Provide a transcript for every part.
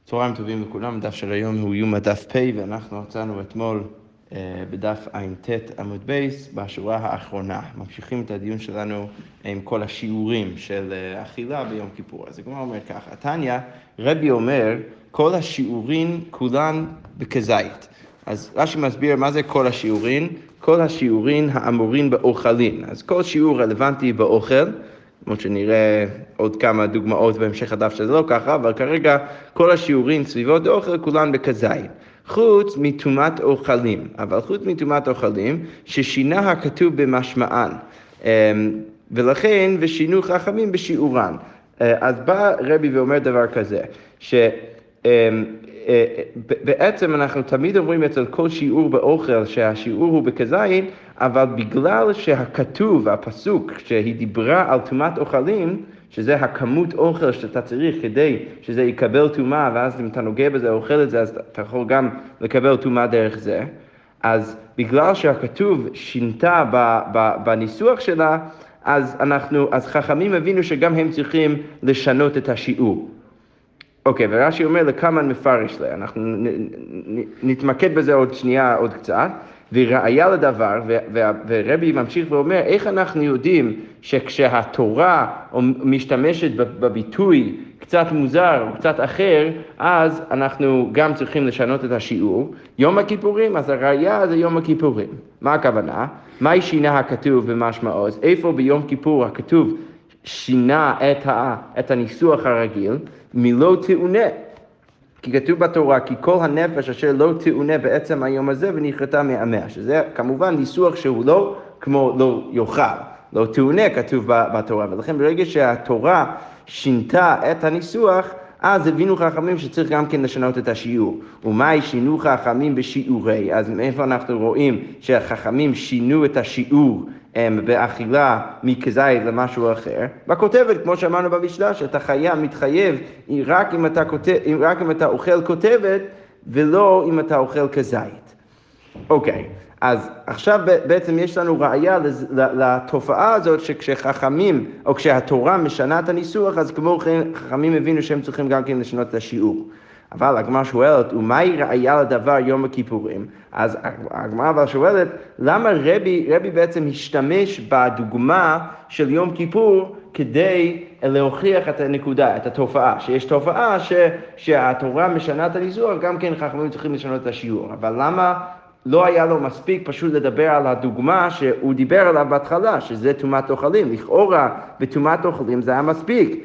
צהריים טובים לכולם, הדף של היום הוא יום הדף פ' ואנחנו מצאנו אתמול בדף ע"ט עמוד בייס בשורה האחרונה. ממשיכים את הדיון שלנו עם כל השיעורים של אכילה ביום כיפור. אז הגמרא אומר ככה, תניא, רבי אומר, כל השיעורים כולן בכזית. אז רש"י מסביר מה זה כל השיעורים? כל השיעורים האמורים באוכלים. אז כל שיעור רלוונטי באוכל, כמו שנראה עוד כמה דוגמאות בהמשך הדף שזה לא ככה, אבל כרגע כל השיעורים סביבות האוכל כולן בכזית. חוץ מטומאת אוכלים, אבל חוץ מטומאת אוכלים ששינה הכתוב במשמען, ולכן ושינו חכמים בשיעורן. אז בא רבי ואומר דבר כזה, בעצם אנחנו תמיד אומרים אצל כל שיעור באוכל שהשיעור הוא בכזית, אבל בגלל שהכתוב, הפסוק, שהיא דיברה על טומאת אוכלים, שזה הכמות אוכל שאתה צריך כדי שזה יקבל טומאה, ואז אם אתה נוגע בזה, אוכל את זה, אז אתה יכול גם לקבל טומאה דרך זה. אז בגלל שהכתוב שינתה בניסוח שלה, אז חכמים הבינו שגם הם צריכים לשנות את השיעור. אוקיי, ורש"י אומר לכמה מפרש לה, אנחנו נתמקד בזה עוד שנייה, עוד קצת, וראיה לדבר, ורבי ממשיך ואומר, איך אנחנו יודעים שכשהתורה משתמשת בביטוי קצת מוזר או קצת אחר, אז אנחנו גם צריכים לשנות את השיעור. יום הכיפורים, אז הראיה זה יום הכיפורים. מה הכוונה? מה שינה הכתוב במשמעו? אז איפה ביום כיפור הכתוב שינה את הניסוח הרגיל? מלא תאונה. כי כתוב בתורה, כי כל הנפש אשר לא תאונה בעצם היום הזה ונכרתה מעמיה, שזה כמובן ניסוח שהוא לא כמו לא יאכל, לא תאונה כתוב בתורה, ולכן ברגע שהתורה שינתה את הניסוח, אז הבינו חכמים שצריך גם כן לשנות את השיעור. ומה שינו חכמים בשיעורי? אז מאיפה אנחנו רואים שהחכמים שינו את השיעור באכילה מכזית למשהו אחר? בכותבת, כמו שאמרנו במשנה, שאתה מתחייב רק אם אתה אוכל כותבת, ולא אם אתה אוכל כזית. אוקיי, אז עכשיו בעצם יש לנו ראיה לתופעה הזאת שכשחכמים, או כשהתורה משנה את הניסוח, אז כמו כן חכמים הבינו שהם צריכים גם כן לשנות את השיעור. אבל הגמרא שואלת, ומהי ראיה לדבר יום הכיפורים? אז הגמרא אבל שואלת, למה רבי בעצם השתמש בדוגמה של יום כיפור כדי להוכיח את הנקודה, את התופעה, שיש תופעה שהתורה משנה את הניסוח, גם כן חכמים צריכים לשנות את השיעור. אבל למה לא היה לו מספיק פשוט לדבר על הדוגמה שהוא דיבר עליו בהתחלה, שזה טומאת אוכלים? לכאורה בטומאת אוכלים זה היה מספיק.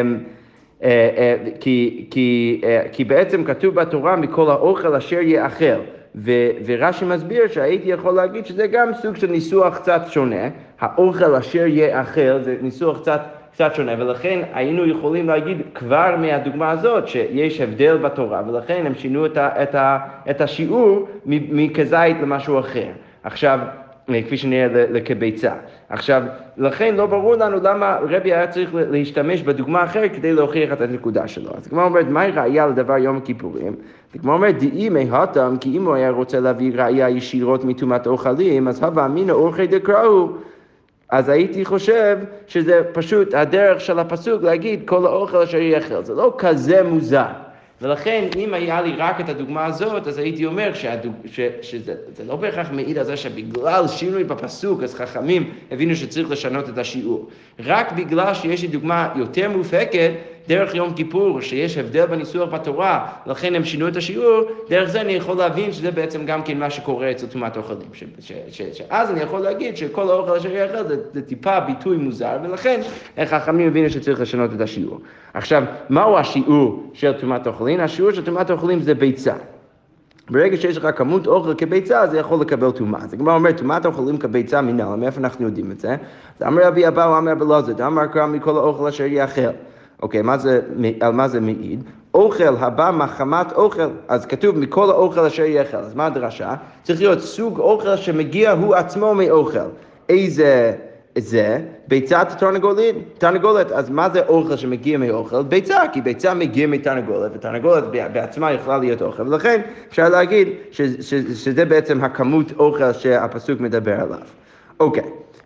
כי בעצם כתוב בתורה מכל האוכל אשר יאכל, ורש"י מסביר שהייתי יכול להגיד שזה גם סוג של ניסוח קצת שונה, האוכל אשר יאכל זה ניסוח קצת שונה, ולכן היינו יכולים להגיד כבר מהדוגמה הזאת שיש הבדל בתורה, ולכן הם שינו את השיעור מכזית למשהו אחר. עכשיו, כפי שנראה לכביצה. עכשיו, לכן לא ברור לנו למה רבי היה צריך להשתמש בדוגמה אחרת כדי להוכיח את הנקודה שלו. אז כמו אומרת, מהי ראיה לדבר יום הכיפורים? כמו אומרת, דאי מהתם, כי אם הוא היה רוצה להביא ראיה ישירות מטומאת אוכלים, אז הווה אמינא אורחי דקראו. אז הייתי חושב שזה פשוט הדרך של הפסוק להגיד כל האוכל אשר יאכל. זה לא כזה מוזר. ולכן, אם היה לי רק את הדוגמה הזאת, אז הייתי אומר שזה לא בהכרח מעיד על זה שבגלל שינוי בפסוק, אז חכמים הבינו שצריך לשנות את השיעור. רק בגלל שיש לי דוגמה יותר מופקת, דרך יום כיפור, שיש הבדל בניסוח בתורה, לכן הם שינו את השיעור, דרך זה אני יכול להבין שזה בעצם גם כן מה שקורה אצל טומאת אוכלים. אז אני יכול להגיד שכל האוכל אשר יאכל זה טיפה ביטוי מוזר, ולכן חכמים הבינו שצריך לשנות את השיעור. עכשיו, מהו השיעור של טומאת אוכלים? השיעור של טומאת אוכלים זה ביצה. ברגע שיש לך כמות אוכל כביצה, זה יכול לקבל טומאה. אז הגמרא אומרת, טומאת אוכלים כביצה מנהלה, מאיפה אנחנו יודעים את זה? אז אמר רבי אבאו, אמר רבי אלעזר, אמר קרא מכל האוכל אשר יאכל. אוקיי, על מה זה מעיד? אוכל הבא מחמת אוכל, אז כתוב מכל האוכל אשר יאכל. אז מה הדרשה? צריך להיות סוג אוכל שמגיע הוא עצמו מאוכל. איזה זה? ביצת תרנגולת. אז מה זה אוכל שמגיע מאוכל? ביצה, כי ביצה מגיע מתרנגולת, ותרנגולת בעצמה יכולה להיות אוכל, ולכן אפשר להגיד שזה בעצם הכמות אוכל שהפסוק מדבר עליו. אוקיי.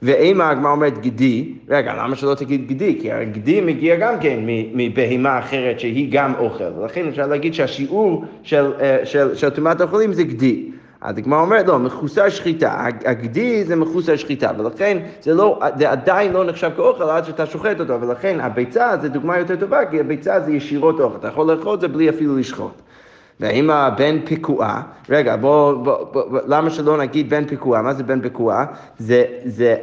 ואימה הגמרא אומרת גדי, רגע, למה שלא תגיד גדי? כי הגדי מגיע גם כן מבהמה אחרת שהיא גם אוכל, ולכן אפשר להגיד שהשיעור של טומאת האוכלים זה גדי. אז הגמרא אומרת, לא, מחוסר שחיטה, הגדי זה מחוסר שחיטה, ולכן זה עדיין לא נחשב כאוכל עד שאתה שוחט אותו, ולכן הביצה זה דוגמה יותר טובה, כי הביצה זה ישירות אוכל, אתה יכול לאכול את זה בלי אפילו לשחוט. ואם הבן פיקועה, רגע, למה שלא נגיד בן פיקועה? מה זה בן פיקועה? זה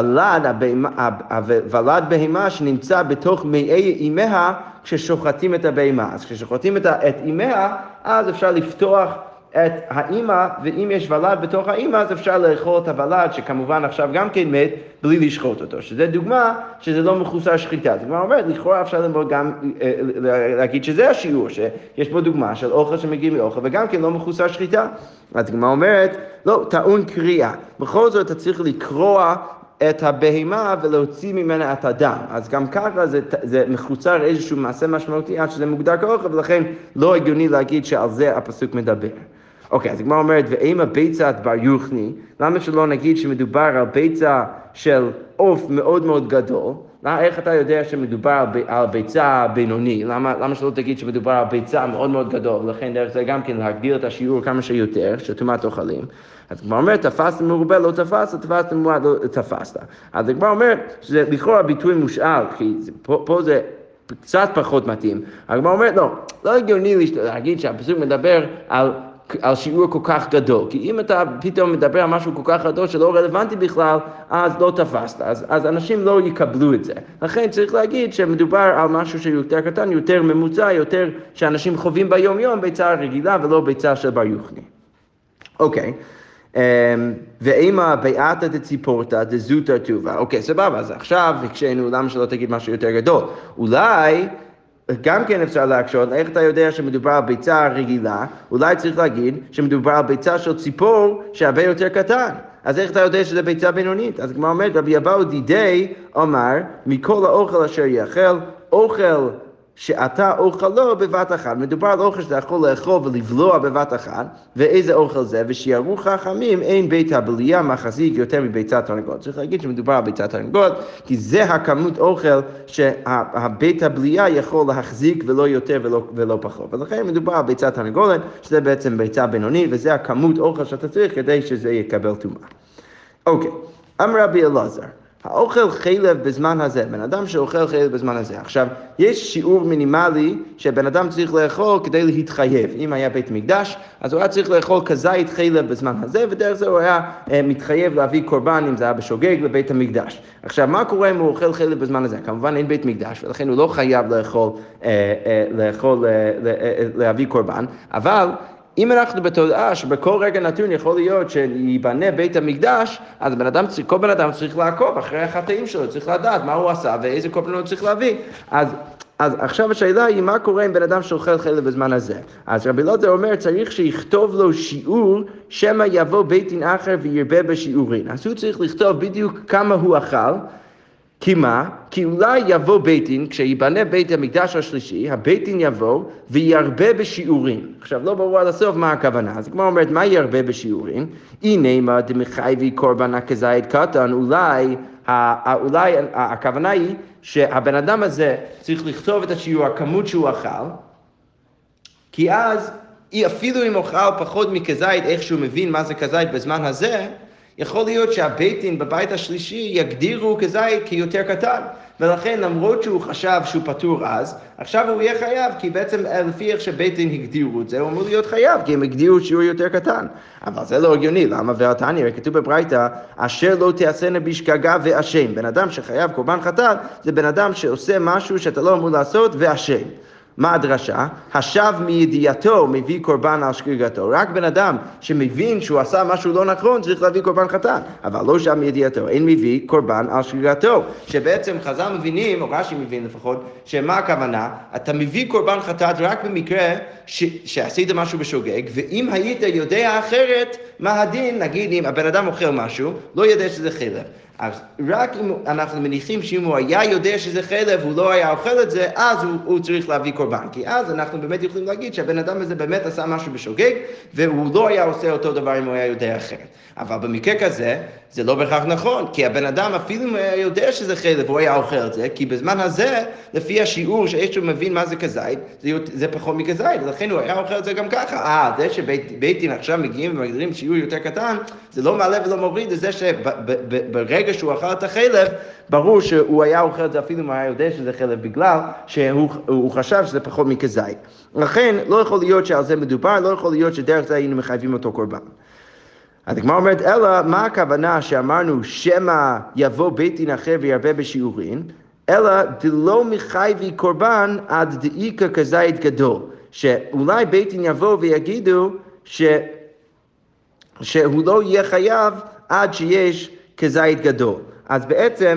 הוולד בהמה שנמצא בתוך מעי אימיה כששוחטים את הבהמה. אז כששוחטים את אימיה, אז אפשר לפתוח את האימא, ואם יש ולד בתוך האימא, אז אפשר לאכול את הוולד, שכמובן עכשיו גם כן מת, בלי לשחוט אותו. שזה דוגמה שזה לא מחוסר שחיטה. זאת אומרת, לכאורה אפשר ללמוד גם להגיד שזה השיעור, שיש פה דוגמה של אוכל שמגיע מאוכל, וגם כן לא מחוסר שחיטה. אז הגמרא אומרת, לא, טעון קריאה. בכל זאת אתה צריך לקרוע את הבהמה ולהוציא ממנה את הדם. אז גם ככה זה מחוצר איזשהו מעשה משמעותי עד שזה מוגדר כאוכל, ולכן לא הגיוני להגיד שעל זה הפסוק מדבר. אוקיי, אז הגמרא אומרת, ואם הביצת בר יוחני, למה שלא נגיד שמדובר על ביצה של עוף מאוד מאוד גדול? איך אתה יודע שמדובר על ביצה בינוני? למה שלא תגיד שמדובר על ביצה מאוד מאוד גדול? ולכן דרך זה גם כן להגדיל את השיעור כמה שיותר, שטומאת אוכלים. אז הגמרא אומרת, תפסת מרובה לא תפסת, תפסת מועט לא תפסת. אז הגמרא אומרת, שזה לכאורה ביטוי מושאל, כי פה זה קצת פחות מתאים. הגמרא אומרת, לא הגיוני להגיד שהפסוק מדבר על שיעור כל כך גדול, כי אם אתה פתאום מדבר על משהו כל כך גדול שלא רלוונטי בכלל, אז לא תפסת, אז אנשים לא יקבלו את זה. לכן צריך להגיד שמדובר על משהו שיותר קטן, יותר ממוצע, יותר שאנשים חווים ביום יום, ביצה רגילה ולא ביצה של בר יוחני. אוקיי. ואימה ביעתא דציפורתא דזוטר טובה. אוקיי, סבבה, אז עכשיו הקשינו, למה שלא תגיד משהו יותר גדול? אולי גם כן אפשר להקשות, איך אתה יודע שמדובר על ביצה רגילה? אולי צריך להגיד שמדובר על ביצה של ציפור שהרבה יותר קטן. אז איך אתה יודע שזה ביצה בינונית? אז כמו אומרת, רבי אבאו דידי אמר, מכל האוכל אשר יאכל, אוכל שאתה אוכלו בבת אחת. מדובר על אוכל שאתה יכול לאכול ולבלוע בבת אחת, ואיזה אוכל זה? ושיערו חכמים, אין בית הבליעה מחזיק יותר מביצת תרנגולת. צריך להגיד שמדובר על ביצת תרנגולת, כי זה הכמות אוכל שהבית הבליעה יכול להחזיק ולא יותר ולא פחות. ולכן מדובר על ביצת תרנגולת, שזה בעצם ביצה בינונית, וזה הכמות אוכל שאתה צריך כדי שזה יקבל טומאה. אוקיי, אמר רבי אלעזר, האוכל חלב בזמן הזה, בן אדם שאוכל חלב בזמן הזה. עכשיו, יש שיעור מינימלי שבן אדם צריך לאכול כדי להתחייב. אם היה בית מקדש, אז הוא היה צריך לאכול כזית חלב בזמן הזה, ודרך זה הוא היה מתחייב להביא קורבן, אם זה היה בשוגג, לבית המקדש. עכשיו, מה קורה אם הוא אוכל חלב בזמן הזה? כמובן אין בית מקדש, ולכן הוא לא חייב להביא קורבן, אבל אם אנחנו בתודעה שבכל רגע נתון יכול להיות שיבנה בית המקדש, אז כל בן אדם צריך לעקוב אחרי החטאים שלו, צריך לדעת מה הוא עשה ואיזה קורבנות הוא צריך להביא. אז עכשיו השאלה היא, מה קורה עם בן אדם שאוכל חלב בזמן הזה? אז רבי אלעזר אומר, צריך שיכתוב לו שיעור, שמא יבוא בית דין אחר וירבה בשיעורין. אז הוא צריך לכתוב בדיוק כמה הוא אכל, כי מה? כי אולי יבוא בית דין, כשיבנה בית המקדש השלישי, הבית דין יבוא וירבה בשיעורים. עכשיו, לא ברור עד הסוף מה הכוונה. אז כמו אומרת, מה ירבה בשיעורים? הנה מה דמחייבי קורבן כזית קטן, אולי הכוונה היא שהבן אדם הזה צריך לכתוב את השיעור, הכמות שהוא אכל, כי אז אפילו אם אוכל פחות מכזית, איך שהוא מבין מה זה כזית בזמן הזה, יכול להיות שהבית דין בבית השלישי יגדירו כזית כיותר קטן, ולכן למרות שהוא חשב שהוא פטור אז, עכשיו הוא יהיה חייב, כי בעצם לפי איך שבית דין הגדירו את זה, הוא אמור להיות חייב, כי הם הגדירו שיעור יותר קטן. אבל זה לא הגיוני, למה? והתניא, כתוב בברייתא, אשר לא תעשנה בשגגה ואשם. בן אדם שחייב קורבן חטאת, זה בן אדם שעושה משהו שאתה לא אמור לעשות ואשם. מה הדרשה? השב מידיעתו מביא קורבן על שגגתו. רק בן אדם שמבין שהוא עשה משהו לא נכון צריך להביא קורבן חטאת, אבל לא שב מידיעתו, אין מביא קורבן על שגגתו. שבעצם חז"ל מבינים, או רש"י מבין לפחות, שמה הכוונה? אתה מביא קורבן חטאת רק במקרה שעשית משהו בשוגג, ואם היית יודע אחרת, מה הדין? נגיד אם הבן אדם אוכל משהו, לא יודע שזה חלב. אז רק אם אנחנו מניחים שאם הוא היה יודע שזה חלב, הוא לא היה אוכל את זה, אז הוא צריך להביא קורבן. כי אז אנחנו באמת יכולים להגיד שהבן אדם הזה באמת עשה משהו בשוגג, והוא לא היה עושה אותו דבר אם הוא היה יודע אחרת. אבל במקרה כזה, זה לא בהכרח נכון, כי הבן אדם אפילו אם הוא היה יודע שזה חלב, הוא היה אוכל את זה, כי בזמן הזה, לפי השיעור שיש הוא מבין מה זה כזית, זה פחות מכזית, ולכן הוא היה אוכל את זה גם ככה. זה שבית דין עכשיו מגיעים ומגדירים שיעור יותר קטן, זה לא מעלה ולא מוריד, זה שברגע שהוא אכל את החלב, ברור שהוא היה אוכל את זה אפילו אם הוא היה יודע שזה חלב, בגלל שהוא חשב שזה פחות מכזית. לכן לא יכול להיות שעל זה מדובר, לא יכול להיות שדרך זה היינו מחייבים אותו קורבן. אז הגמרא אומרת, אלא מה הכוונה שאמרנו שמא יבוא בית דין אחר וירבה בשיעורין, אלא דלא מחייבי קורבן עד דאיקה כזית גדול. שאולי בית דין יבוא ויגידו שהוא לא יהיה חייב עד שיש כזית גדול. אז בעצם,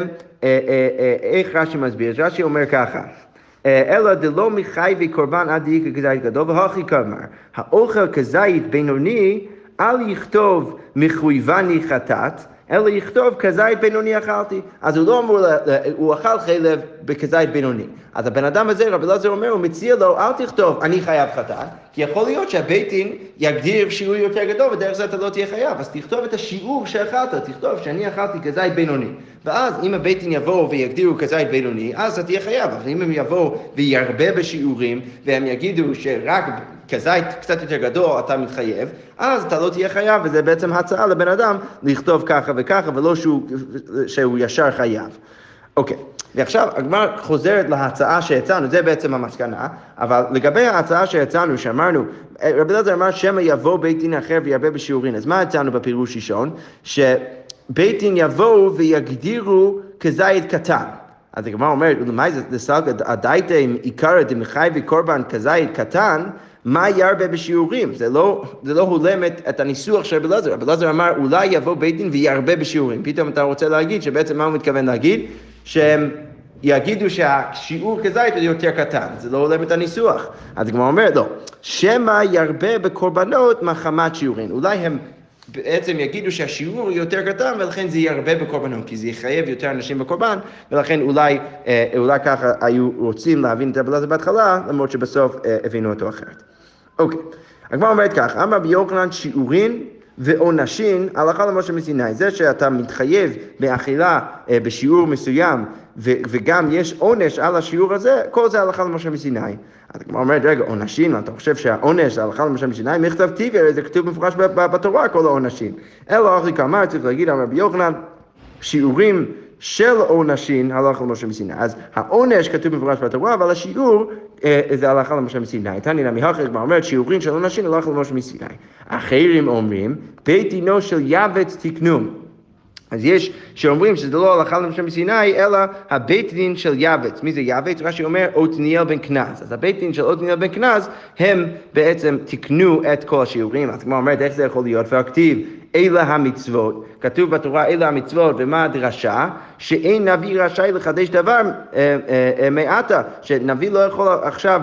איך רש"י מסביר? רש"י אומר ככה, אלא דלא מחייבי קורבן עד דאיקה כזית גדול, והכי כלומר, האוכל כזית בינוני, אל יכתוב מחויבני חטאת, אלא יכתוב כזית בינוני אכלתי. אז הוא לא אמור, הוא אכל חלב בכזית בינוני. אז הבן אדם הזה, רבי אלעזר אומר, הוא מציע לו, אל תכתוב, אני חייב חטאת, כי יכול להיות שהבית דין יגדיר שיעור יותר גדול, ודרך זה אתה לא תהיה חייב. אז תכתוב את השיעור שאכלת, תכתוב שאני אכלתי כזית בינוני. ואז אם הבית דין יבואו ויגדירו כזית בינוני, אז אתה תהיה חייב. אבל אם הם יבואו וירבה בשיעורים, והם יגידו שרק כזית קצת יותר גדול אתה מתחייב, אז אתה לא תהיה חייב, וזה בעצם הצעה לבן אדם לכתוב ככה וככה, ולא שהוא ישר חייב. אוקיי, ועכשיו הגמרא חוזרת להצעה שהצענו, זה בעצם המסקנה, אבל לגבי ההצעה שהצענו, שאמרנו, רבי אלעזר אמר שמא יבוא בית דין אחר וירבה בשיעורין, אז מה הצענו בפירוש ראשון? שבית דין יבואו ויגדירו כזית קטן. אז הגמרא אומרת, ולמאי זה סלגא הדייתא עם עיקרא דמחייבי קורבן כזית קטן, מה ירבה בשיעורים? זה לא הולם את הניסוח של רבי אלעזר. רבי אלעזר אמר, אולי יבוא בית דין וירבה בשיעורים. פתאום אתה רוצה להגיד שבעצם מה הוא מתכוון להגיד? שהם יגידו שהשיעור כזית הוא יותר קטן. זה לא הולם את הניסוח. אז הגמרא אומרת, לא. שמא ירבה בקורבנות מחמת שיעורין. אולי הם בעצם יגידו שהשיעור הוא יותר קטן, ולכן זה ירבה בקורבנות, כי זה יחייב יותר אנשים בקורבן, ולכן אולי ככה היו רוצים להבין את רבי אלעזר בהתחלה, למרות שבסוף הבינו אותו אחרת. אוקיי, הגמרא אומרת כך, אמר רבי יוחנן שיעורין ועונשין הלכה למשה מסיני. זה שאתה מתחייב באכילה בשיעור מסוים, וגם יש עונש על השיעור הזה, כל זה הלכה למשה מסיני. אז הגמרא אומרת, רגע, עונשין, אתה חושב שהעונש זה הלכה למשה מסיני? מכתב טיבי, זה כתוב מפורש בתורה, כל העונשים. אלא אחי כאמר, צריך להגיד, אמר רבי יוחנן, שיעורים של עונשין הלכה למשה מסיני. אז העונש כתוב מפורש בתורה, אבל השיעור זה הלכה למשה מסיני. תניא נמי הכי, הגמרא אומרת, שיעורים של עונשין הלכה למשה מסיני. אחרים אומרים, בית דינו של יבץ תקנו. אז יש שאומרים שזה לא הלכה למשה מסיני, אלא הבית דין של יבץ. מי זה יבץ? רש"י אומר, עתניאל בן כנז. אז הבית דין של עתניאל בן כנז, הם בעצם תקנו את כל השיעורים. אז כמו אומרת, איך זה יכול להיות? והכתיב, אלה המצוות. כתוב בתורה, אלה המצוות, ומה הדרשה? שאין נביא רשאי לחדש דבר מעתה. שנביא לא יכול עכשיו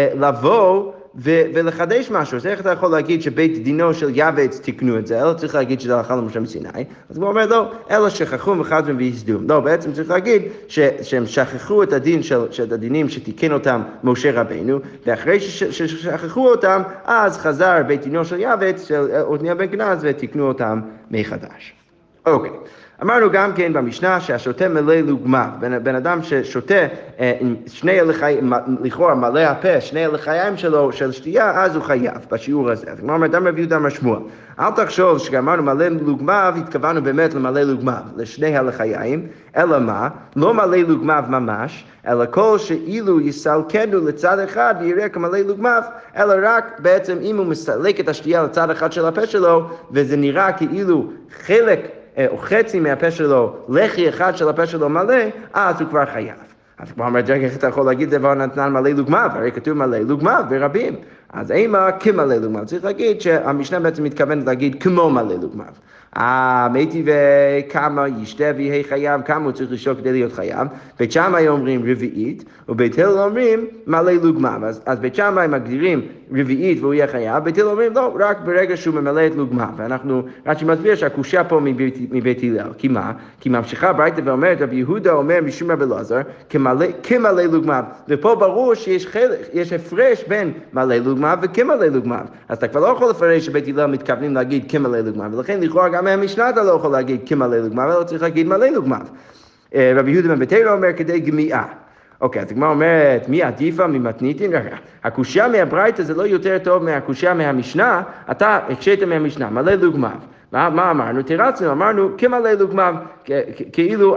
לבוא ולחדש משהו. אז איך אתה יכול להגיד שבית דינו של יבץ תקנו את זה? אלא צריך להגיד שזה הלכה למשה מסיני. אז הוא אומר, לא, אלא שכחו וחזרו והסדום. לא, בעצם צריך להגיד שהם שכחו את הדין של הדינים שתיקן אותם משה רבינו, ואחרי ששכחו אותם, אז חזר בית דינו של יבץ, של עתניאל בן כנז, ותיקנו אותם מחדש. אוקיי. אמרנו גם כן במשנה שהשותה מלא לוגמיו, בן אדם ששותה שני הלחיים, לכאורה מלא הפה, שני הלחיים שלו של שתייה, אז הוא חייב בשיעור הזה. אז כמו אדם רבי יהודה אמר שמואל, אל תחשוב שכאמרנו מלא לוגמיו, התכוונו באמת למלא לוגמיו, לשני הלחיים, אלא מה? לא מלא לוגמיו ממש, אלא כל שאילו יסלקנו לצד אחד ויראה כמלא לוגמיו, אלא רק בעצם אם הוא מסלק את השתייה לצד אחד של הפה שלו, וזה נראה כאילו חלק או חצי מהפה שלו, לחי אחד של הפה שלו מלא, אז הוא כבר חייב. אז כבר אומרת, איך אתה יכול להגיד דבר נתנן מלא לוגמיו? הרי כתוב מלא לוגמיו ברבים. אז אימה כמלא לוגמב, צריך להגיד שהמשנה בעצם מתכוונת להגיד כמו מלא לוגמב. מתי וכמה ישתה ויהי חייב, כמה הוא צריך לשתות כדי להיות חייב. בית שמאי אומרים רביעית, ובית הלל אומרים מלא לוגמב. אז בית שמאי מגדירים רביעית והוא יהיה חייב, בית הלל אומרים לא, רק ברגע שהוא ממלא את לוגמב. ואנחנו, רש"י מסביר שהקושיה פה מבית הלל. כי מה? כי ממשיכה הברייתא ואומרת, רבי יהודה אומר משום רבי אלעזר, כמלא לוגמב. ופה ברור שיש הפרש בין מלא לוגמב וכמלא לוגמב. אז אתה כבר לא יכול לפרש שבית הלל מתכוונים להגיד כמלא לוגמב, ולכן לכאורה גם מהמשנה אתה לא יכול להגיד כמלא לוגמב, אלא צריך להגיד מלא לוגמב. רבי יהודה בן בתרא אומר כדי גמיעה. אוקיי, אז הגמרא אומרת, מי עדיפה ממתניתין? הקושיה מהברייתא זה לא יותר טוב מהקושיה מהמשנה, אתה הקשית מהמשנה, מלא לוגמב. מה אמרנו? תירצנו, אמרנו כמלא לוגמב, כאילו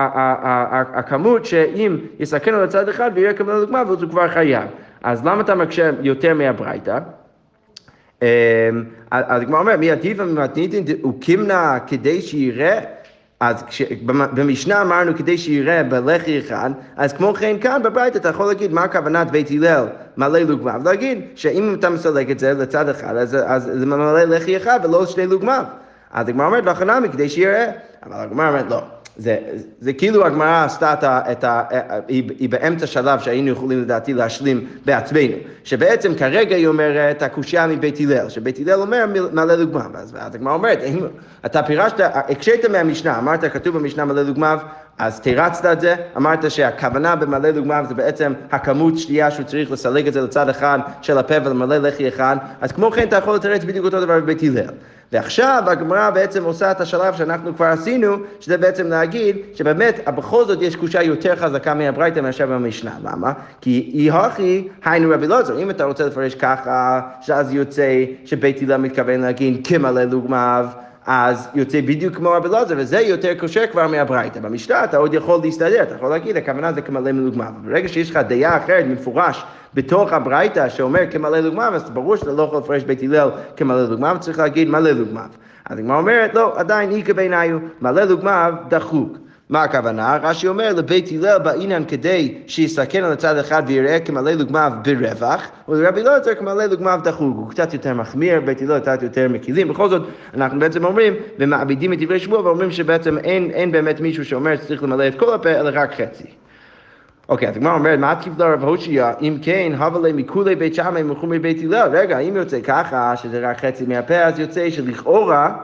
הכמות שאם יסכן על הצד אחד ויראה כמלא לוגמב, אז הוא כבר חייב. אז למה אתה מקשה יותר מהברייתא? אז הגמרא אומר, מי עדיפה ממתניתין? הוא כמנה כדי שיראה, אז במשנה אמרנו כדי שיראה בלחי אחד, אז כמו כן כאן בברייתא אתה יכול להגיד מה הכוונת בית הלל מלא לוגמב, להגיד שאם אתה מסלק את זה לצד אחד, אז זה מלא לחי אחד ולא שני לוגמב. אז הגמרא אומרת לחנמי כדי שיראה, אבל הגמרא אומרת לא. זה כאילו הגמרא עשתה היא באמצע שלב שהיינו יכולים לדעתי להשלים בעצמנו, שבעצם כרגע היא אומרת הקושיה מבית הלל, שבית הלל אומר מלא לוגמב, אז הגמרא אומרת, אתה פירשת, הקשית מהמשנה, אמרת כתוב במשנה מלא לוגמב, אז תירצת את זה, אמרת שהכוונה במלא לוגמב זה בעצם הכמות שתייה שהוא צריך לסלק את זה לצד אחד של הפה ולמלא לחי אחד, אז כמו כן אתה יכול לתרץ בדיוק אותו דבר בבית הלל. ועכשיו הגמרא בעצם עושה את השלב שאנחנו כבר עשינו, שזה בעצם להגיד שבאמת בכל זאת יש קושיה יותר חזקה מהברייתא מאשר במשנה. למה? כי היא הכי היינו רבי אלעזר. אם אתה רוצה לפרש ככה, שאז יוצא שבית הלל מתכוון להגיד כמלא לוגמב, אז יוצא בדיוק כמו רבי אלעזר, וזה יותר קשה כבר מהברייתא. במשנה אתה עוד יכול להסתדר, אתה יכול להגיד, הכוונה זה כמלא לוגמב. ברגע שיש לך דעה אחרת מפורש בתוך הברייתא שאומר כמלא לוגמב, אז ברור שאתה לא יכול לפרש בית הלל כמלא לוגמב, צריך להגיד מלא לוגמב. אז הגמרא אומרת, לא, עדיין איכא בעיניו, מלא לוגמב דחוק. מה הכוונה? רש"י אומר לבית הלל בעניין כדי שיסתכל על הצד אחד ויראה כמלא לוגמב ברווח, ולרבי אלעזר כמלא לוגמב דחוק. הוא קצת יותר מחמיר, בית הלל קצת יותר מקילים. בכל זאת, אנחנו בעצם אומרים, ומעבידים את דברי שבוע, ואומרים שבעצם אין באמת מישהו שאומר שצריך למלא את כל הפה, אלא רק חצי. אוקיי, אז הגמרא אומרת, מה תקיף לרב הושעיה, אם כן, הווה ליה מכולי בית שמאי מחומרי בית הלל. רגע, אם יוצא ככה, שזה רק חצי מהפה, אז יוצא שלכאורה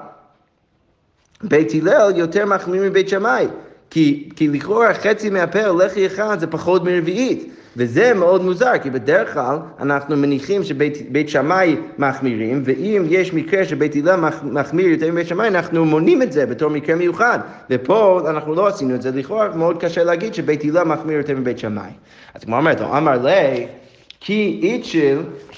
בית הלל יותר מחמיר מבית שמאי. כי לכאורה חצי מהפה או לחי אחד זה פחות מרביעית. וזה מאוד מוזר, כי בדרך כלל אנחנו מניחים שבית שמאי מחמירים, ואם יש מקרה שבית הלל מחמיר יותר מבית שמאי, אנחנו מונים את זה בתור מקרה מיוחד. ופה אנחנו לא עשינו את זה, לכאורה מאוד קשה להגיד שבית הלל מחמיר יותר מבית שמאי. אז כמו אומרת, הוא אמר לי, כי איתשל,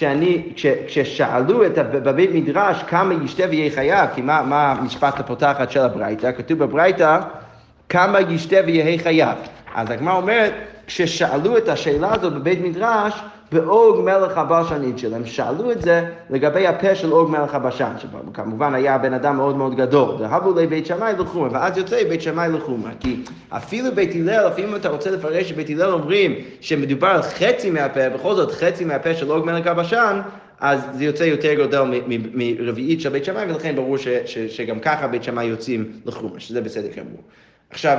כששאלו בבית מדרש כמה ישתה ויהיה חייב, כי מה המשפט הפותחת של הברייתא? כתוב בברייתא, כמה ישתה ויהיה חייב. אז הגמרא אומרת, כששאלו את השאלה הזאת בבית מדרש, באוג מלך הבשן איתשל, הם שאלו את זה לגבי הפה של אוג מלך הבשן, שכמובן היה בן אדם מאוד מאוד גדול, והבו לבית שמאי לחומרה, ואז יוצא בית שמאי לחומרה, כי אפילו בית הלל, אפילו אם אתה רוצה לפרש שבית הלל אומרים שמדובר על חצי מהפה, בכל זאת חצי מהפה של אוג מלך הבשן, אז זה יוצא יותר גדול מרביעית של בית שמאי, ולכן ברור שגם ככה בית שמאי יוצאים לחומרה, שזה בסדר גמור. עכשיו,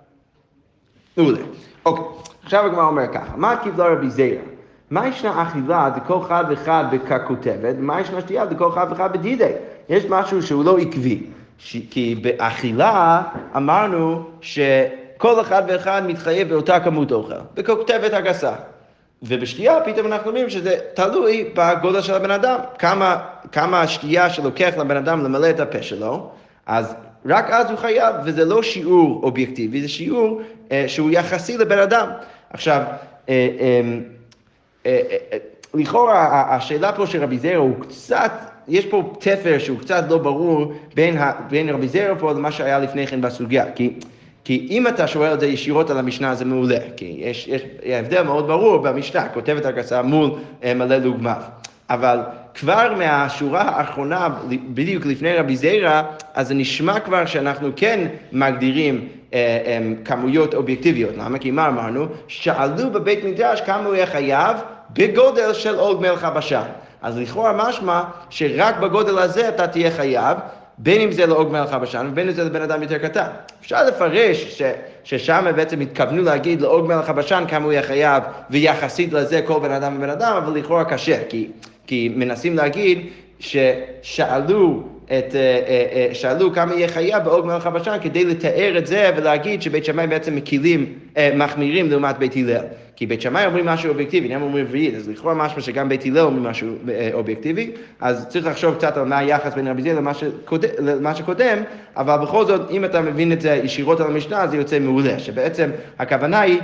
אוקיי, עכשיו הגמרא אומר ככה, מה קיבלה רבי זירא? מה ישנה אכילה דכל אחד ואחד בככותבת, ומה ישנה שתייה דכל אחד ואחד בדידי? יש משהו שהוא לא עקבי, כי באכילה אמרנו שכל אחד ואחד מתחייב באותה כמות אוכל, בכותבת הגסה. ובשתייה פתאום אנחנו אומרים שזה תלוי בגודל של הבן אדם, כמה שתייה שלוקח לבן אדם למלא את הפה שלו, אז רק אז הוא חייב, וזה לא שיעור אובייקטיבי, זה שיעור שהוא יחסי לבן אדם. עכשיו, לכאורה השאלה פה של רבי זירא הוא קצת, יש פה תפר שהוא קצת לא ברור בין רבי זירא פה למה שהיה לפני כן בסוגיה, כי אם אתה שואל את זה ישירות על המשנה זה מעולה, כי יש הבדל מאוד ברור במשנה, כותבת הגסה מול מלא לוגמב, אבל כבר מהשורה האחרונה, בדיוק לפני רבי זירא, אז זה נשמע כבר שאנחנו כן מגדירים כמויות אובייקטיביות. למה? כי מה אמרנו? שאלו בבית מדרש כמה הוא יהיה חייב בגודל של עוג מלח הבשן. אז לכאורה משמע שרק בגודל הזה אתה תהיה חייב, בין אם זה לעוג מלח הבשן ובין אם זה לבן אדם יותר קטן. אפשר לפרש ששם בעצם התכוונו להגיד לעוג מלח הבשן כמה הוא יהיה חייב, ויחסית לזה כל בן אדם ובן אדם, אבל לכאורה קשה, כי מנסים להגיד ששאלו כמה יהיה חייב בעוג מלח הבשן כדי לתאר את זה ולהגיד שבית שמאי בעצם מחמירים לעומת בית הלל. כי בית שמאי אומרים משהו אובייקטיבי, הם אומרים רביעית, אז לכאורה משמע שגם בית הלל אומרים משהו אובייקטיבי, אז צריך לחשוב קצת על מה היחס בין רבי זירא למה שקודם, אבל בכל זאת, אם אתה מבין את זה ישירות על המשנה, זה יוצא מעולה, שבעצם הכוונה היא,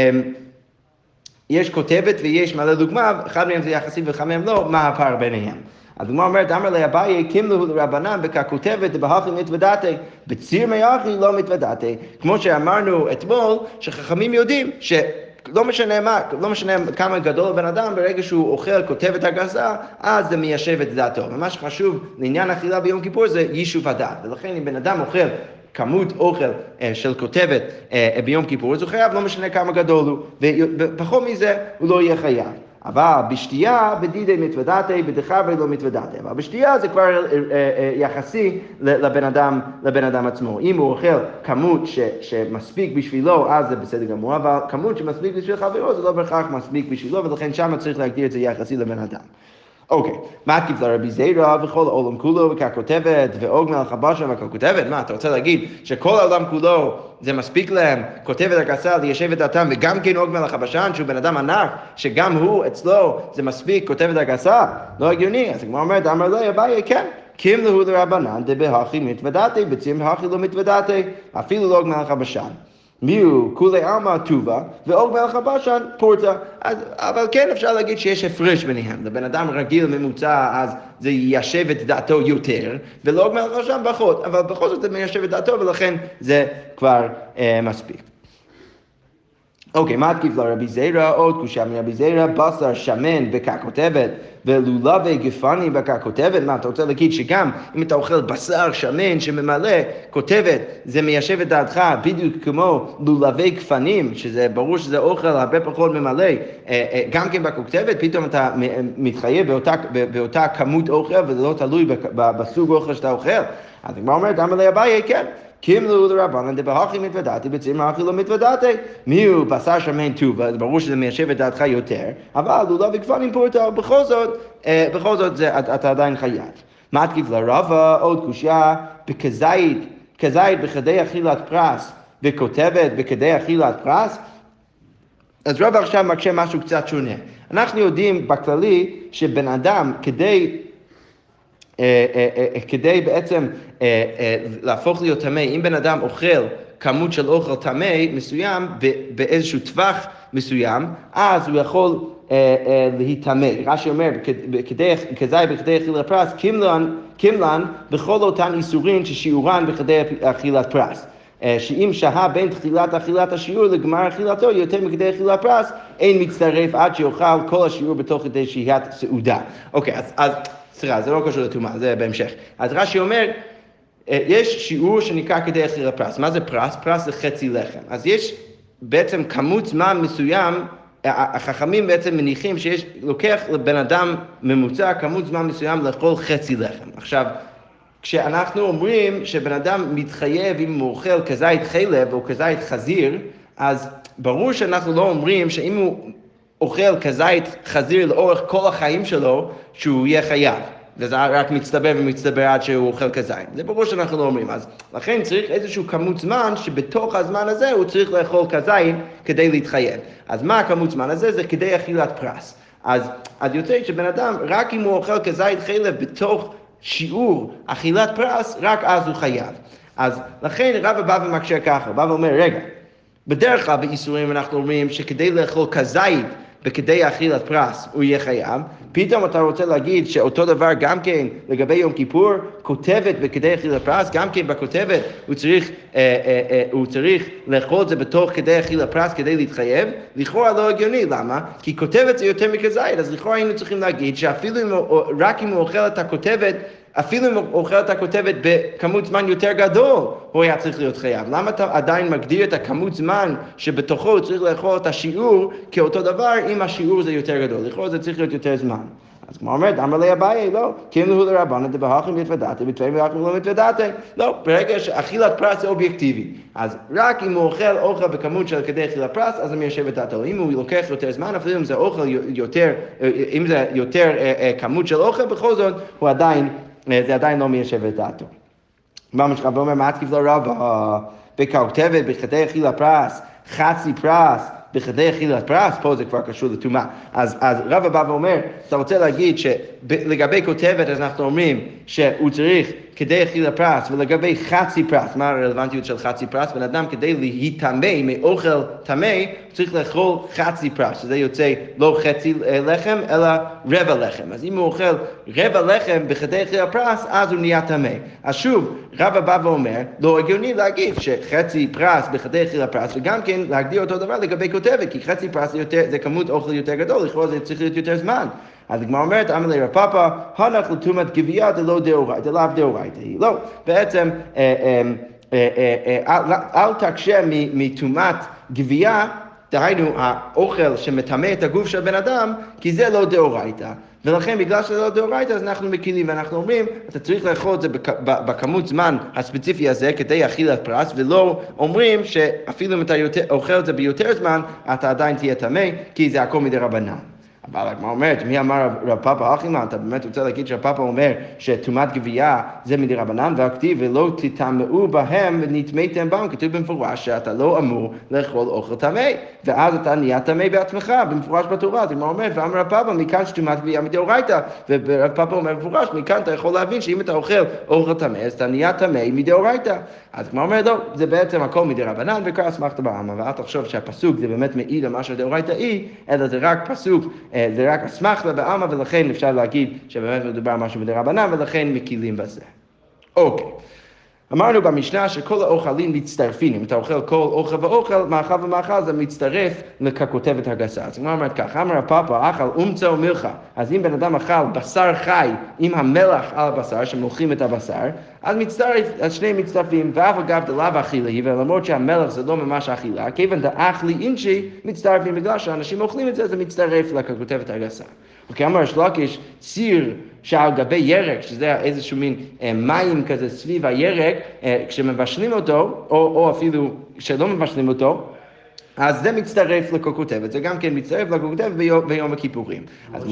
יש כותבת ויש מלא דוגמה, אחד מהם זה יחסי ואחד מהם לא, מה הפער ביניהם? הדוגמה אומרת, אמר לאביי, קימלו לרבנן בככותבת בהכי מתוודעתי, בציר מיכי לא מתוודעתי. כמו שאמרנו אתמול, שחכמים יודעים שלא משנה מה, לא משנה כמה גדול הבן אדם, ברגע שהוא אוכל כותבת הגסה, אז זה מיישב את דעתו. ומה שחשוב לעניין אכילה ביום כיפור זה יישוב הדעת. ולכן אם בן אדם אוכל כמות אוכל של כותבת ביום כיפור, אז הוא חייב, לא משנה כמה גדול הוא, ופחות מזה הוא לא יהיה חייב. אבל בשתייה, בדידי מתוודעתי, בדחברי לא מתוודעתי. אבל בשתייה זה כבר יחסי לבן אדם עצמו. אם הוא אוכל כמות שמספיק בשבילו, אז זה בסדר גמור, אבל כמות שמספיק בשביל חברו, זה לא בהכרח מספיק בשבילו, ולכן שם צריך להגדיר את זה יחסי לבן אדם. אוקיי, מתקיף לרבי זירא וכל העולם כולו וככותבת ועוג מלח הבשן וככותבת? מה, אתה רוצה להגיד שכל העולם כולו זה מספיק להם כותבת הגסה ליישב את דעתם וגם כן עוג מלח הבשן שהוא בן אדם ענק שגם הוא אצלו זה מספיק כותבת הגסה? לא הגיוני. אז כמו אומרת, אמר לי אביי, כן. קימלו לרבנן דבהכי מתוודעתי, בציר בהכי לא מתוודעתי, אפילו לא עוג מלח הבשן. מיהו כולי עלמא טובה ועוג מלח הבשן פורתא. אבל כן אפשר להגיד שיש הפרש ביניהם. לבן אדם רגיל ממוצע אז זה יישב את דעתו יותר, ולא עוג מלח הבשן פחות, אבל בכל זאת זה מיישב את דעתו ולכן זה כבר מספיק. אוקיי, מתקיף לרבי זירא, עוד קושיה מרבי זירא, בשר שמן בככותבת ולולבי גפנים בככותבת. מה, אתה רוצה להגיד שגם אם אתה אוכל בשר שמן שממלא כותבת, זה מיישב את דעתך בדיוק כמו לולבי גפנים, שזה ברור שזה אוכל הרבה פחות ממלא, גם כן בכותבת, פתאום אתה מתחייב באותה כמות אוכל, וזה לא תלוי בסוג אוכל שאתה אוכל. אז כבר אומרת, אמר לי אביי, כן. קימלו לרבנן דבהכי מתוודעתי, בציר בהכי לא מתוודעתי. מיהו בשר שמן טובה, ברור שזה מיישב את דעתך יותר, אבל לולב וגפנים פורתא, בכל זאת אתה עדיין חייב. מתקיף לרבא, עוד קושיה, כזית בכדי אכילת פרס, וכותבת בכדי אכילת פרס. אז רבא עכשיו מקשה משהו קצת שונה. אנחנו יודעים בכללי שבן אדם כדי בעצם להפוך להיות טמא, אם בן אדם אוכל כמות של אוכל טמא מסוים באיזשהו טווח מסוים, אז הוא יכול להיטמא. רש"י אומר, כזית בכדי אכילת פרס, קימלן בכל אותן איסורים ששיעורן בכדי אכילת פרס. שאם שהה בין תחילת אכילת השיעור לגמר אכילתו יותר מכדי אכילת פרס, אין מצטרף עד שיאכל כל השיעור בתוך כדי שהיית סעודה. אוקיי, אז סליחה, זה לא קשור לטומאה, זה בהמשך. אז רש"י אומר, יש שיעור שנקרא כדי אכילת פרס. מה זה פרס? פרס זה חצי לחם. אז יש בעצם כמות זמן מסוים, החכמים בעצם מניחים שיש, לוקח לבן אדם ממוצע כמות זמן מסוים לאכול חצי לחם. עכשיו, כשאנחנו אומרים שבן אדם מתחייב אם הוא אוכל כזית חלב או כזית חזיר, אז ברור שאנחנו לא אומרים שאם הוא אוכל כזית חזיר לאורך כל החיים שלו, שהוא יהיה חייב. וזה רק מצטבר ומצטבר עד שהוא אוכל כזית. זה ברור שאנחנו לא אומרים. אז לכן צריך איזשהו כמות זמן, שבתוך הזמן הזה הוא צריך לאכול כזית כדי להתחייב. אז מה הכמות זמן הזה? זה כדי אכילת פרס. אז יוצא שבן אדם, רק אם הוא אוכל כזית חלב בתוך שיעור אכילת פרס, רק אז הוא חייב. אז לכן רבא בא ומקשה ככה, בא ואומר, רגע, בדרך כלל באיסורים אנחנו אומרים שכדי לאכול כזית בכדי אכילת פרס הוא יהיה חייב, פתאום אתה רוצה להגיד שאותו דבר גם כן לגבי יום כיפור, כותבת בכדי אכילת פרס, גם כן בכותבת הוא צריך לאכול את זה בתוך כדי אכילת פרס כדי להתחייב, לכאורה לא הגיוני, למה? כי כותבת זה יותר מכזית, אז לכאורה היינו צריכים להגיד שאפילו רק אם הוא אוכל את הכותבת אפילו אם הוא אוכל את הכותבת בכמות זמן יותר גדול, הוא היה צריך להיות חייב. למה אתה עדיין מגדיר את הכמות זמן שבתוכו הוא צריך לאכול את השיעור כאותו דבר, אם השיעור זה יותר גדול? לכאורה זה צריך להיות יותר זמן. אז כמו אומרת, אמר לי אביי, לא, כאילו הוא לרבנן דבהכם מתוודעתי, בתוואים ואכם לא מתוודעתי. לא, ברגע שאכילת פרס זה אובייקטיבי. אז רק אם הוא אוכל בכמות של כדי אכילת פרס, אז הוא מיישב את דעתו. אם הוא לוקח יותר זמן, אפילו אם זה אוכל יותר, אם זה יותר כמות של אוכל, בכל זאת, זה עדיין לא מיישב את דעתו. מה משחק ואומר, מה תקיף לרב בכתבת, בכדי אכילת פרס, חצי פרס, בכדי אכילת פרס, פה זה כבר קשור לטומאה. אז רבא בא ואומר, אתה רוצה להגיד שלגבי כותבת, אז אנחנו אומרים שהוא צריך כדי אכילת פרס, ולגבי חצי פרס, מה הרלוונטיות של חצי פרס? בן אדם כדי להיטמא מאוכל טמא, צריך לאכול חצי פרס, שזה יוצא לא חצי לחם, אלא רבע לחם. אז אם הוא אוכל רבע לחם בכדי אכילת פרס, אז הוא נהיה טמא. אז שוב, רבא בא ואומר, לא הגיוני להגיד שחצי פרס בכדי אכילת פרס, וגם כן להגדיר אותו דבר לגבי כותבת, כי חצי פרס זה כמות אוכל יותר גדול, לכאורה זה צריך להיות יותר זמן. אז הגמרא אומרת, אמר לי רב פאפא, הנח לטומאת גווייה דלא דאורייתא, לאו דאורייתא היא. לא, בעצם אל תקשה מטומאת גווייה, דהיינו האוכל שמטמא את הגוף של בן אדם, כי זה לא דאורייתא. ולכן בגלל שזה לא דאורייתא, אז אנחנו מקילים ואנחנו אומרים, אתה צריך לאכול את זה בכמות זמן הספציפי הזה כדי אכילת פרס, ולא אומרים שאפילו אם אתה אוכל את זה ביותר זמן, אתה עדיין תהיה טמא, כי זה הכל מדרבנן. אבל הגמרא אומרת, מי אמר רב פאפא אכילה? אתה באמת רוצה להגיד שרב פאפא אומר שטומאת גווייה זה מדרבנן, והכתיב ולא תטמאו בהם ונטמאתם בהם, כתוב במפורש שאתה לא אמור לאכול אוכל טמא, ואז אתה נהיה טמא בעצמך, במפורש בתורה. אז הגמרא אומרת, ואמר רב פאפא, מכאן שטומאת גווייה מדאורייתא, ורב פאפא אומר במפורש, מכאן אתה יכול להבין שאם אתה אוכל אוכל טמא, אז אתה נהיה טמא מדאורייתא. אז הגמרא אומרת, לא, זה בעצם הכל מדרבנן, וכך אסמכתא בעלמא, ואל תחשוב שהפסוק זה באמת מעיד על מה שדאורייתא היא, אלא זה רק פסוק, זה רק אסמכתא בעלמא, ולכן אפשר להגיד שבאמת מדובר על משהו מדרבנן, ולכן מקילים בזה. אוקיי. אמרנו במשנה שכל האוכלים מצטרפים, אם אתה אוכל כל אוכל ואוכל, מאכל ומאכל זה מצטרף לככותבת הגסה. אז כמו אומרת כך, אמר הפאפא, אכל אומצה ומלחה, אז אם בן אדם אכל בשר חי עם המלח על הבשר, שמולחים את הבשר, אז שניהם מצטרפים, ואף אגב דלאו אכילי, ולמרות שהמלח זה לא ממש אכילה, כיוון דאכלי אינשי מצטרפים, בגלל שאנשים אוכלים את זה, זה מצטרף לככותבת הגסה. אוקיי, אמר יש לקיש, סיר שעל גבי ירק, שזה איזשהו מין מים כזה סביב הירק, כשמבשלים אותו, או אפילו שלא מבשלים אותו, אז זה מצטרף לככותבת, זה גם כן מצטרף לככותבת ביום הכיפורים.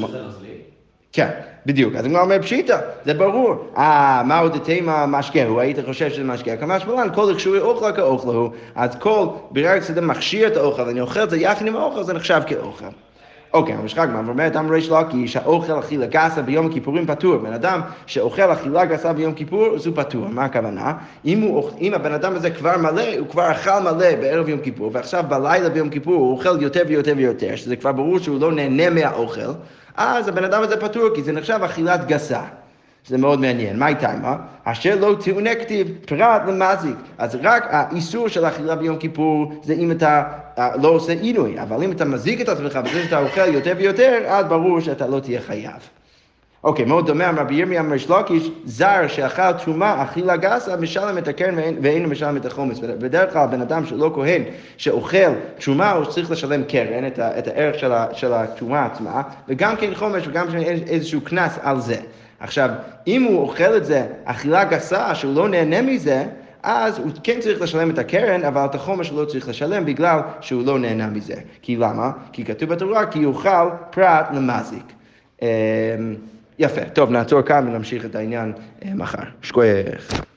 כן, בדיוק. אז הוא אומר פשיטה, זה ברור. מה עוד תימה משקהו? היית חושב שזה משקהו? כמש בלן, כל הכשורי אוכל כאוכל הוא. אז ברגע שזה מכשיר את האוכל, ואני אוכל את זה יחד עם האוכל, זה נחשב כאוכל. אוקיי, המשחק מה, ואומרת, אמר ריש לקיש, שהאוכל אכילה גסה ביום הכיפורים פטור. בן אדם שאוכל אכילה גסה ביום כיפור, זו פטור. מה הכוונה? אם הבן אדם הזה כבר מלא, הוא כבר אכל מלא בערב יום כיפור, ועכשיו בלילה ביום כיפור הוא אוכל יותר ויותר ויותר, שזה כבר ברור שהוא לא נהנה מהאוכל, אז הבן אדם הזה פטור, כי זה נחשב אכילת גסה. זה מאוד מעניין. מה איתה? אשר לא טעונה כתיב פרט למזיק. אז רק האיסור של האכילה ביום כיפור זה אם אתה לא עושה עינוי, אבל אם אתה מזיק את עצמך בזה שאתה אוכל יותר ויותר, אז ברור שאתה לא תהיה חייב. אוקיי, מאוד דומה, רבי ירמיה אמר ריש לקיש, זר שאכל תרומה אכילה גסה, משלם את הקרן ואינו משלם את החומץ. בדרך כלל בן אדם שלא כהן שאוכל תרומה, הוא צריך לשלם קרן, את הערך של התרומה עצמה, וגם כן חומץ וגם כן איזשהו קנס על זה. עכשיו, אם הוא אוכל את זה אכילה גסה, שהוא לא נהנה מזה, אז הוא כן צריך לשלם את הקרן, אבל את החומר שלו צריך לשלם בגלל שהוא לא נהנה מזה. כי למה? כי כתוב בתורה, כי יאכל פרט למזיק. יפה, טוב, נעצור כאן ונמשיך את העניין מחר. שקוייך.